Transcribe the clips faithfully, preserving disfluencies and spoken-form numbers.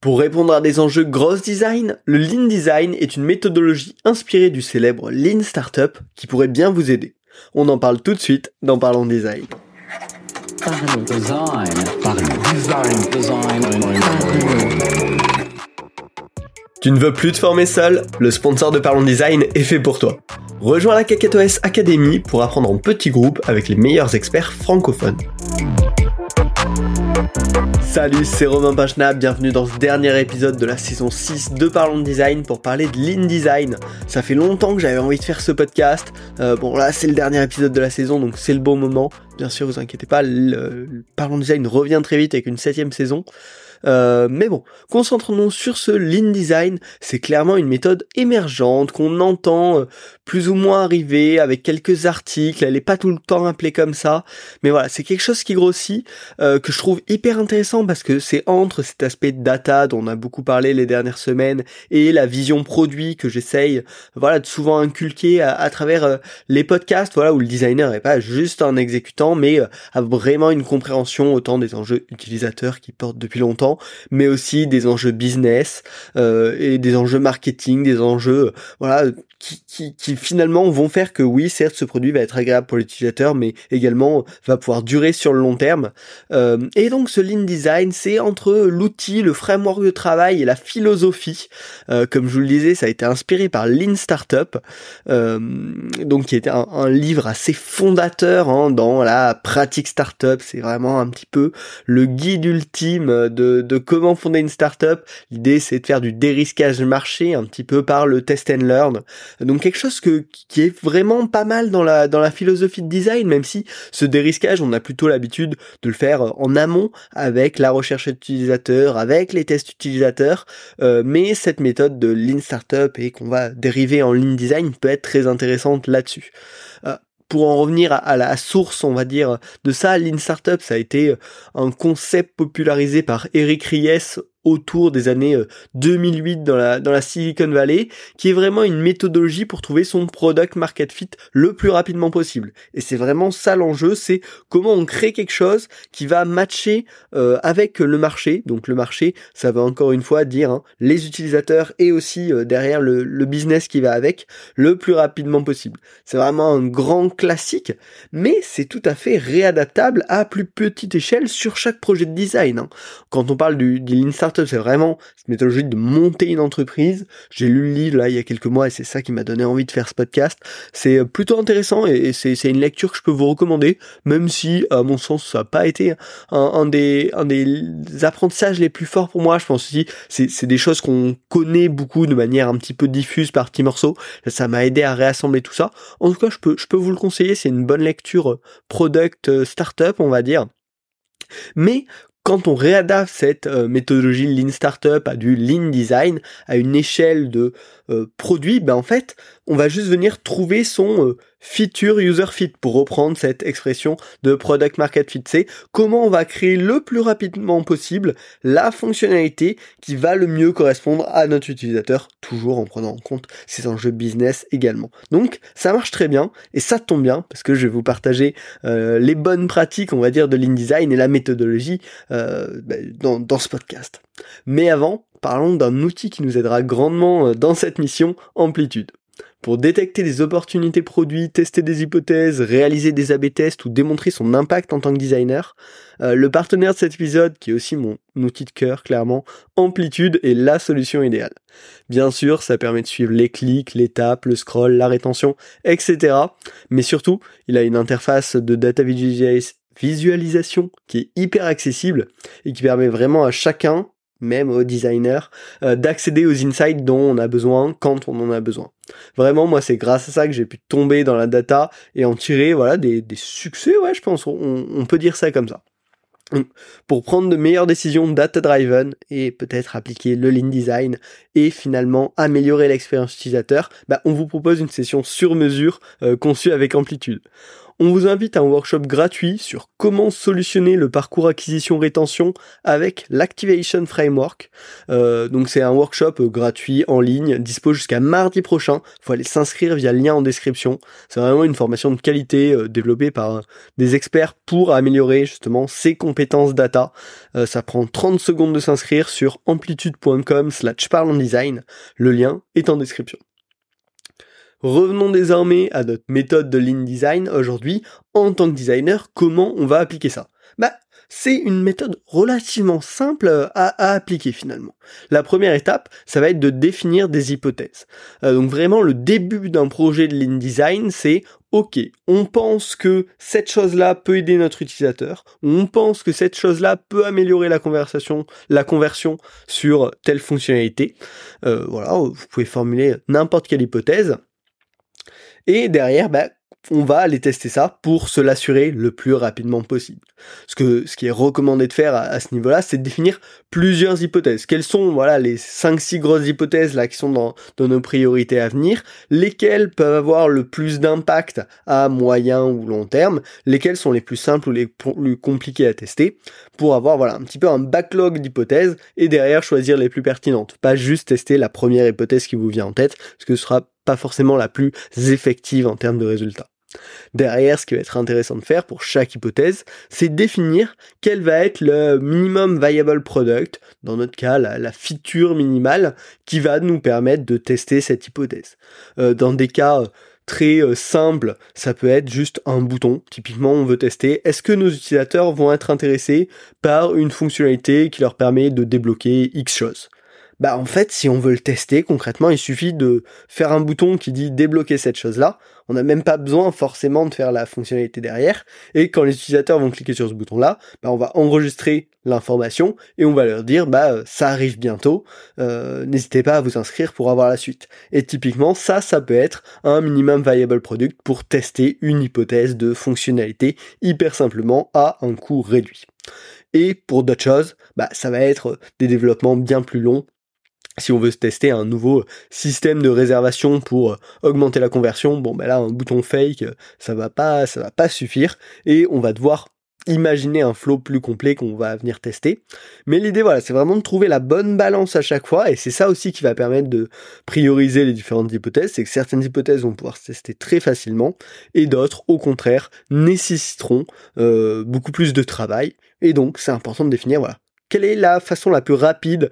Pour répondre à des enjeux growth design, le Lean Design est une méthodologie inspirée du célèbre Lean Startup qui pourrait bien vous aider. On en parle tout de suite dans Parlons Design. Parlons Design. Parlons Design. Design. Tu ne veux plus te former seul? Le sponsor de Parlons Design est fait pour toi. Rejoins la KaKatoS Academy pour apprendre en petits groupes avec les meilleurs experts francophones. Salut, c'est Romain Pachna, bienvenue dans ce dernier épisode de la saison six de Parlons Design pour parler de Lean Design. Ça fait longtemps que j'avais envie de faire ce podcast. Euh, bon là c'est le dernier épisode de la saison donc c'est le bon moment. Bien sûr, vous inquiétez pas, le, le Parlons Design revient très vite avec une septième saison. Euh, mais bon, concentrons-nous sur ce Lean Design. C'est clairement une méthode émergente qu'on entend euh, plus ou moins arriver avec quelques articles. Elle est pas tout le temps appelée comme ça, mais voilà, c'est quelque chose qui grossit, euh, que je trouve hyper intéressant parce que c'est entre cet aspect de data dont on a beaucoup parlé les dernières semaines et la vision produit que j'essaye, voilà, de souvent inculquer à, à travers euh, les podcasts, voilà, où le designer est pas juste un exécutant, mais euh, a vraiment une compréhension autant des enjeux utilisateurs qui portent depuis longtemps, mais aussi des enjeux business euh, et des enjeux marketing, des enjeux euh, voilà qui, qui, qui finalement vont faire que oui, certes, ce produit va être agréable pour l'utilisateur, mais également va pouvoir durer sur le long terme. Euh, et donc ce Lean Design, c'est entre l'outil, le framework de travail et la philosophie. Euh, comme je vous le disais, ça a été inspiré par Lean Startup, euh, donc qui était un, un livre assez fondateur hein, dans la pratique startup. C'est vraiment un petit peu le guide ultime de, de comment fonder une startup. L'idée, c'est de faire du dérisquage marché, un petit peu par le test and learn. Donc quelque chose que, qui est vraiment pas mal dans la, dans la philosophie de design, même si ce dérisquage, on a plutôt l'habitude de le faire en amont avec la recherche utilisateur, avec les tests utilisateurs, euh, mais cette méthode de Lean Startup et qu'on va dériver en Lean Design peut être très intéressante là-dessus. Euh, Pour en revenir à, à la source, on va dire, de ça, Lean Startup, ça a été un concept popularisé par Eric Ries autour des années deux mille huit dans la, dans la Silicon Valley, qui est vraiment une méthodologie pour trouver son product market fit le plus rapidement possible. Et c'est vraiment ça l'enjeu, c'est comment on crée quelque chose qui va matcher euh, avec le marché. Donc le marché, ça veut encore une fois dire hein, les utilisateurs et aussi euh, derrière le, le business qui va avec, le plus rapidement possible. C'est vraiment un grand classique, mais c'est tout à fait réadaptable à plus petite échelle sur chaque projet de design. Hein. Quand on parle du, du Lean Startup, c'est vraiment cette méthodologie de monter une entreprise. J'ai lu le livre là il y a quelques mois et c'est ça qui m'a donné envie de faire ce podcast. C'est plutôt intéressant et c'est, c'est une lecture que je peux vous recommander, même si à mon sens ça n'a pas été un, un, des, un des apprentissages les plus forts pour moi. Je pense aussi c'est, c'est des choses qu'on connaît beaucoup de manière un petit peu diffuse par petits morceaux. Ça m'a aidé à réassembler tout ça. En tout cas, je peux, je peux vous le conseiller. C'est une bonne lecture product startup, on va dire. Mais quand on réadapte cette euh, méthodologie Lean Startup à du Lean Design, à une échelle de euh, produit, ben en fait, on va juste venir trouver son euh, feature user fit, pour reprendre cette expression de product market fit. C'est comment on va créer le plus rapidement possible la fonctionnalité qui va le mieux correspondre à notre utilisateur, toujours en prenant en compte ses enjeux business également. Donc ça marche très bien, et ça tombe bien, parce que je vais vous partager euh, les bonnes pratiques, on va dire, de Lean Design et la méthodologie euh, dans, dans ce podcast. Mais avant, parlons d'un outil qui nous aidera grandement dans cette mission, Amplitude. Pour détecter des opportunités produits, tester des hypothèses, réaliser des A B tests ou démontrer son impact en tant que designer, euh, le partenaire de cet épisode, qui est aussi mon outil de cœur clairement, Amplitude est la solution idéale. Bien sûr, ça permet de suivre les clics, les tapes, le scroll, la rétention, et cetera. Mais surtout, il a une interface de data visualisation qui est hyper accessible et qui permet vraiment à chacun, même aux designers, euh, d'accéder aux insights dont on a besoin quand on en a besoin. Vraiment, moi, c'est grâce à ça que j'ai pu tomber dans la data et en tirer, voilà, des, des succès, ouais, je pense, on, on peut dire ça comme ça. Pour prendre de meilleures décisions data-driven et peut-être appliquer le Lean Design et finalement améliorer l'expérience utilisateur, bah, on vous propose une session sur mesure euh, conçue avec Amplitude. on vous invite à un workshop gratuit sur comment solutionner le parcours acquisition-rétention avec l'Activation Framework. Euh, donc c'est un workshop gratuit en ligne, dispo jusqu'à mardi prochain. Il faut aller s'inscrire via le lien en description. C'est vraiment une formation de qualité euh, développée par euh, des experts pour améliorer justement ses compétences data. Euh, ça prend trente secondes de s'inscrire sur amplitude point com slash parlons design. Le lien est en description. Revenons désormais à notre méthode de Lean Design. Aujourd'hui, en tant que designer, comment on va appliquer ça ? Bah, c'est une méthode relativement simple à, à appliquer finalement. La première étape, ça va être de définir des hypothèses. Euh, donc vraiment, le début d'un projet de Lean Design, c'est ok, on pense que cette chose-là peut aider notre utilisateur, on pense que cette chose-là peut améliorer la conversation, la conversion sur telle fonctionnalité. Euh, voilà, vous pouvez formuler n'importe quelle hypothèse. Et derrière, bah, on va aller tester ça pour se l'assurer le plus rapidement possible. Ce que, ce qui est recommandé de faire à, à ce niveau-là, c'est de définir plusieurs hypothèses. Quelles sont, voilà, les cinq six grosses hypothèses là qui sont dans, dans nos priorités à venir, lesquelles peuvent avoir le plus d'impact à moyen ou long terme, lesquelles sont les plus simples ou les plus compliquées à tester, pour avoir, voilà, un petit peu un backlog d'hypothèses et derrière choisir les plus pertinentes. Pas juste tester la première hypothèse qui vous vient en tête, parce que ce sera pas forcément la plus effective en termes de résultats. Derrière, ce qui va être intéressant de faire pour chaque hypothèse, c'est définir quel va être le minimum viable product, dans notre cas, la, la feature minimale qui va nous permettre de tester cette hypothèse. Euh, dans des cas très euh, simples, ça peut être juste un bouton. Typiquement, on veut tester, est-ce que nos utilisateurs vont être intéressés par une fonctionnalité qui leur permet de débloquer X choses ? Bah en fait, si on veut le tester, concrètement, il suffit de faire un bouton qui dit débloquer cette chose-là. On n'a même pas besoin forcément de faire la fonctionnalité derrière. Et quand les utilisateurs vont cliquer sur ce bouton-là, bah on va enregistrer l'information et on va leur dire bah ça arrive bientôt. Euh, n'hésitez pas à vous inscrire pour avoir la suite. Et typiquement, ça, ça peut être un minimum viable product pour tester une hypothèse de fonctionnalité hyper simplement à un coût réduit. Et pour d'autres choses, bah ça va être des développements bien plus longs. Si on veut se tester un nouveau système de réservation pour augmenter la conversion, bon ben là un bouton fake, ça va pas, ça va pas suffire et on va devoir imaginer un flow plus complet qu'on va venir tester. Mais l'idée voilà, c'est vraiment de trouver la bonne balance à chaque fois et c'est ça aussi qui va permettre de prioriser les différentes hypothèses, c'est que certaines hypothèses vont pouvoir se tester très facilement et d'autres au contraire nécessiteront euh, beaucoup plus de travail et donc c'est important de définir voilà, quelle est la façon la plus rapide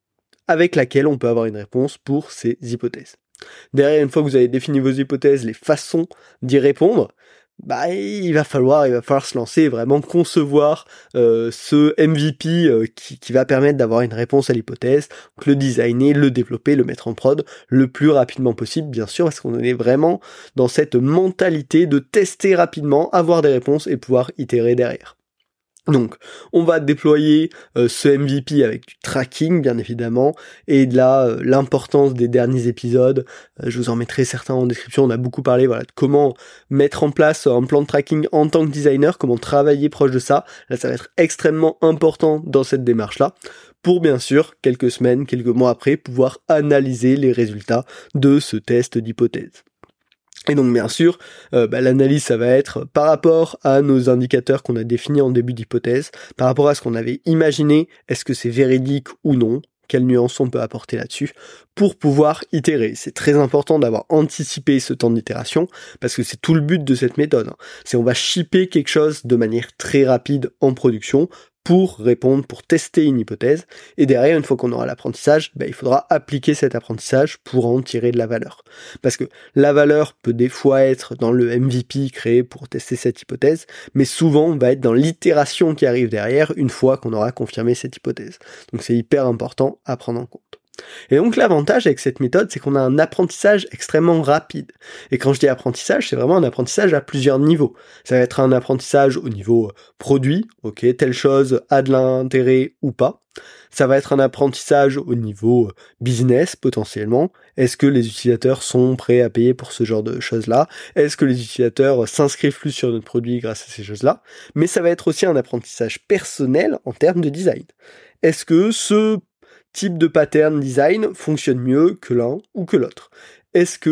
avec laquelle on peut avoir une réponse pour ces hypothèses. Derrière, une fois que vous avez défini vos hypothèses, les façons d'y répondre, bah il va falloir, il va falloir se lancer et vraiment concevoir euh, ce M V P euh, qui, qui va permettre d'avoir une réponse à l'hypothèse, donc le designer, le développer, le mettre en prod le plus rapidement possible, bien sûr, parce qu'on est vraiment dans cette mentalité de tester rapidement, avoir des réponses et pouvoir itérer derrière. Donc, on va déployer euh, ce M V P avec du tracking, bien évidemment, et de là, euh, l'importance des derniers épisodes. Euh, je vous en mettrai certains en description. On a beaucoup parlé, voilà, de comment mettre en place un plan de tracking en tant que designer, comment travailler proche de ça. Là, ça va être extrêmement important dans cette démarche-là, pour bien sûr, quelques semaines, quelques mois après, pouvoir analyser les résultats de ce test d'hypothèse. Et donc bien sûr, euh, bah, l'analyse ça va être par rapport à nos indicateurs qu'on a définis en début d'hypothèse, par rapport à ce qu'on avait imaginé, est-ce que c'est véridique ou non, quelles nuances on peut apporter là-dessus, pour pouvoir itérer. C'est très important d'avoir anticipé ce temps d'itération, parce que c'est tout le but de cette méthode. Hein. C'est on va shipper quelque chose de manière très rapide en production, pour répondre, pour tester une hypothèse, et derrière, une fois qu'on aura l'apprentissage, ben, il faudra appliquer cet apprentissage pour en tirer de la valeur. Parce que la valeur peut des fois être dans le M V P créé pour tester cette hypothèse, mais souvent on va être dans l'itération qui arrive derrière une fois qu'on aura confirmé cette hypothèse. Donc c'est hyper important à prendre en compte. Et donc l'avantage avec cette méthode, c'est qu'on a un apprentissage extrêmement rapide. Et quand je dis apprentissage, c'est vraiment un apprentissage à plusieurs niveaux. Ça va être un apprentissage au niveau produit, ok, telle chose a de l'intérêt ou pas. Ça va être un apprentissage au niveau business potentiellement. Est-ce que les utilisateurs sont prêts à payer pour ce genre de choses-là ? Est-ce que les utilisateurs s'inscrivent plus sur notre produit grâce à ces choses-là ? Mais ça va être aussi un apprentissage personnel en termes de design. Est-ce que ce type de pattern design fonctionne mieux que l'un ou que l'autre ? Est-ce que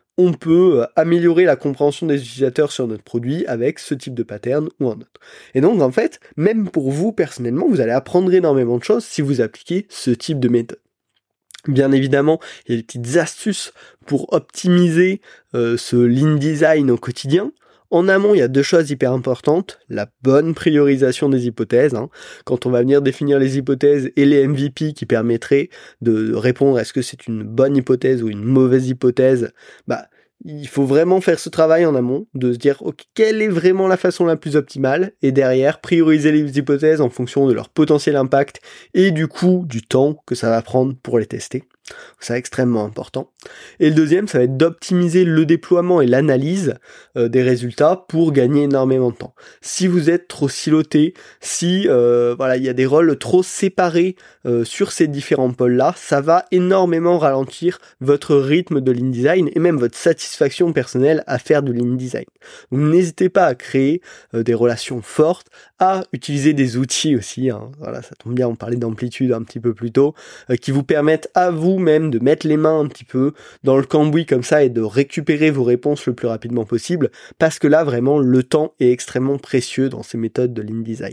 on peut améliorer la compréhension des utilisateurs sur notre produit avec ce type de pattern ou un autre. Et donc en fait, même pour vous personnellement, vous allez apprendre énormément de choses si vous appliquez ce type de méthode. Bien évidemment, il y a des petites astuces pour optimiser euh, ce lean design au quotidien. En amont, il y a deux choses hyper importantes. La bonne priorisation des hypothèses. Hein. Quand on va venir définir les hypothèses et les M V P qui permettraient de répondre à est-ce que c'est une bonne hypothèse ou une mauvaise hypothèse, bah, il faut vraiment faire ce travail en amont, de se dire ok, quelle est vraiment la façon la plus optimale, et derrière prioriser les hypothèses en fonction de leur potentiel impact et du coup du temps que ça va prendre pour les tester. C'est extrêmement important. Et le deuxième, ça va être d'optimiser le déploiement et l'analyse euh, des résultats pour gagner énormément de temps. Si vous êtes trop siloté, si euh, voilà, il y a des rôles trop séparés euh, sur ces différents pôles-là, ça va énormément ralentir votre rythme de lean design et même votre satisfaction personnelle à faire du lean design. Donc n'hésitez pas à créer euh, des relations fortes, à utiliser des outils aussi. Hein. Voilà, ça tombe bien, on parlait d'amplitude un petit peu plus tôt, euh, qui vous permettent à vous même de mettre les mains un petit peu dans le cambouis comme ça et de récupérer vos réponses le plus rapidement possible, parce que là vraiment le temps est extrêmement précieux dans ces méthodes de lean design.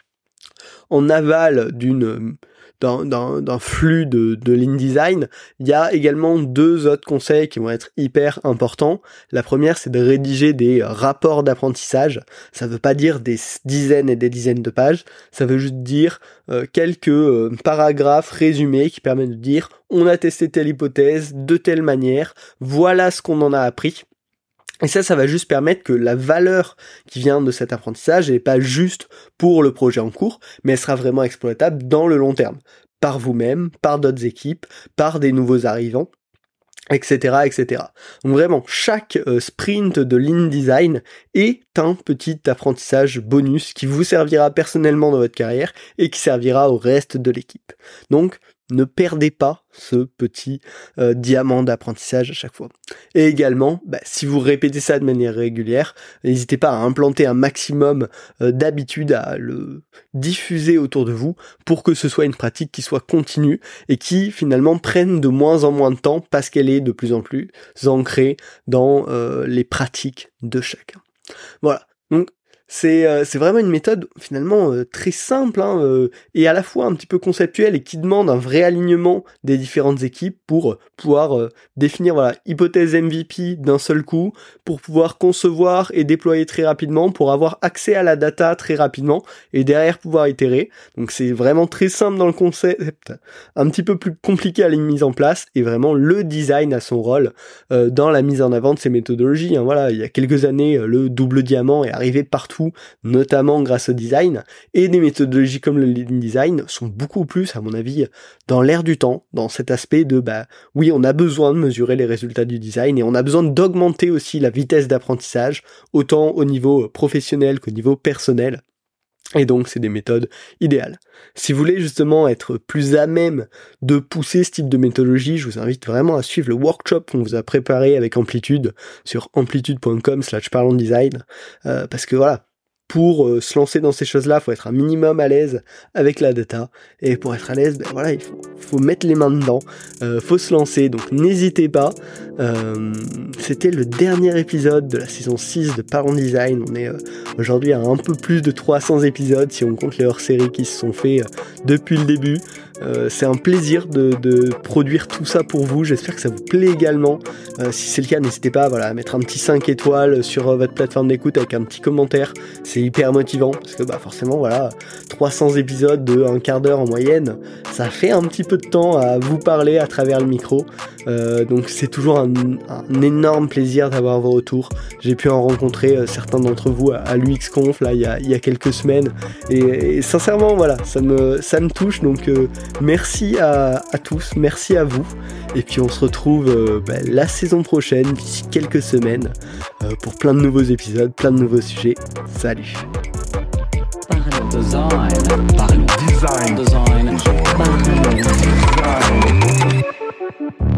En aval d'une d'un, d'un, d'un flux de, de lean design, il y a également deux autres conseils qui vont être hyper importants. La première, c'est de rédiger des rapports d'apprentissage. Ça veut pas dire des dizaines et des dizaines de pages, ça veut juste dire euh, quelques euh, paragraphes résumés qui permettent de dire on a testé telle hypothèse de telle manière, voilà ce qu'on en a appris. Et ça, ça va juste permettre que la valeur qui vient de cet apprentissage n'est pas juste pour le projet en cours, mais elle sera vraiment exploitable dans le long terme, par vous-même, par d'autres équipes, par des nouveaux arrivants, et cetera, et cetera. Donc vraiment, chaque euh, sprint de lean design est un petit apprentissage bonus qui vous servira personnellement dans votre carrière et qui servira au reste de l'équipe. Donc, ne perdez pas ce petit euh, diamant d'apprentissage à chaque fois. Et également, bah, si vous répétez ça de manière régulière, n'hésitez pas à implanter un maximum euh, d'habitude, à le diffuser autour de vous pour que ce soit une pratique qui soit continue et qui finalement prenne de moins en moins de temps parce qu'elle est de plus en plus ancrée dans euh, les pratiques de chacun. Voilà, donc C'est, euh, c'est vraiment une méthode finalement euh, très simple hein, euh, et à la fois un petit peu conceptuelle et qui demande un vrai alignement des différentes équipes pour euh, pouvoir euh, définir voilà, hypothèse M V P d'un seul coup, pour pouvoir concevoir et déployer très rapidement, pour avoir accès à la data très rapidement et derrière pouvoir itérer. Donc c'est vraiment très simple dans le concept, un petit peu plus compliqué à la mise en place, et vraiment le design a son rôle euh, dans la mise en avant de ces méthodologies. Hein. Voilà, il y a quelques années, le double diamant est arrivé partout, notamment grâce au design, et des méthodologies comme le lean design sont beaucoup plus, à mon avis, dans l'air du temps, dans cet aspect de, bah, oui, on a besoin de mesurer les résultats du design, et on a besoin d'augmenter aussi la vitesse d'apprentissage, autant au niveau professionnel qu'au niveau personnel. Et donc, c'est des méthodes idéales. Si vous voulez justement être plus à même de pousser ce type de méthodologie, je vous invite vraiment à suivre le workshop qu'on vous a préparé avec Amplitude sur amplitude point com slash parlons design, euh, parce que voilà, pour euh, se lancer dans ces choses-là, il faut être un minimum à l'aise avec la data, et pour être à l'aise, ben voilà, il faut, faut mettre les mains dedans, euh, faut se lancer, donc n'hésitez pas. Euh, c'était le dernier épisode de la saison six de Parlons Design. On est euh, aujourd'hui à un peu plus de trois cents épisodes si on compte les hors-séries qui se sont faits euh, depuis le début. Euh, c'est un plaisir de, de produire tout ça pour vous, j'espère que ça vous plaît également. Euh, si c'est le cas, n'hésitez pas voilà, à mettre un petit cinq étoiles sur euh, votre plateforme d'écoute avec un petit commentaire, c'est hyper motivant, parce que bah, forcément voilà, trois cents épisodes de un quart d'heure en moyenne, ça fait un petit peu de temps à vous parler à travers le micro, euh, donc c'est toujours un, un énorme plaisir d'avoir vos retours. J'ai pu en rencontrer euh, certains d'entre vous à, à l'U X Conf là, il y a, il y a quelques semaines, et, et sincèrement voilà, ça me, ça me touche, donc euh, merci à, à tous, merci à vous, et puis on se retrouve euh, bah, la saison prochaine, d'ici quelques semaines, euh, pour plein de nouveaux épisodes, plein de nouveaux sujets. Salut. Parlons design, parlons design, design, parlons design.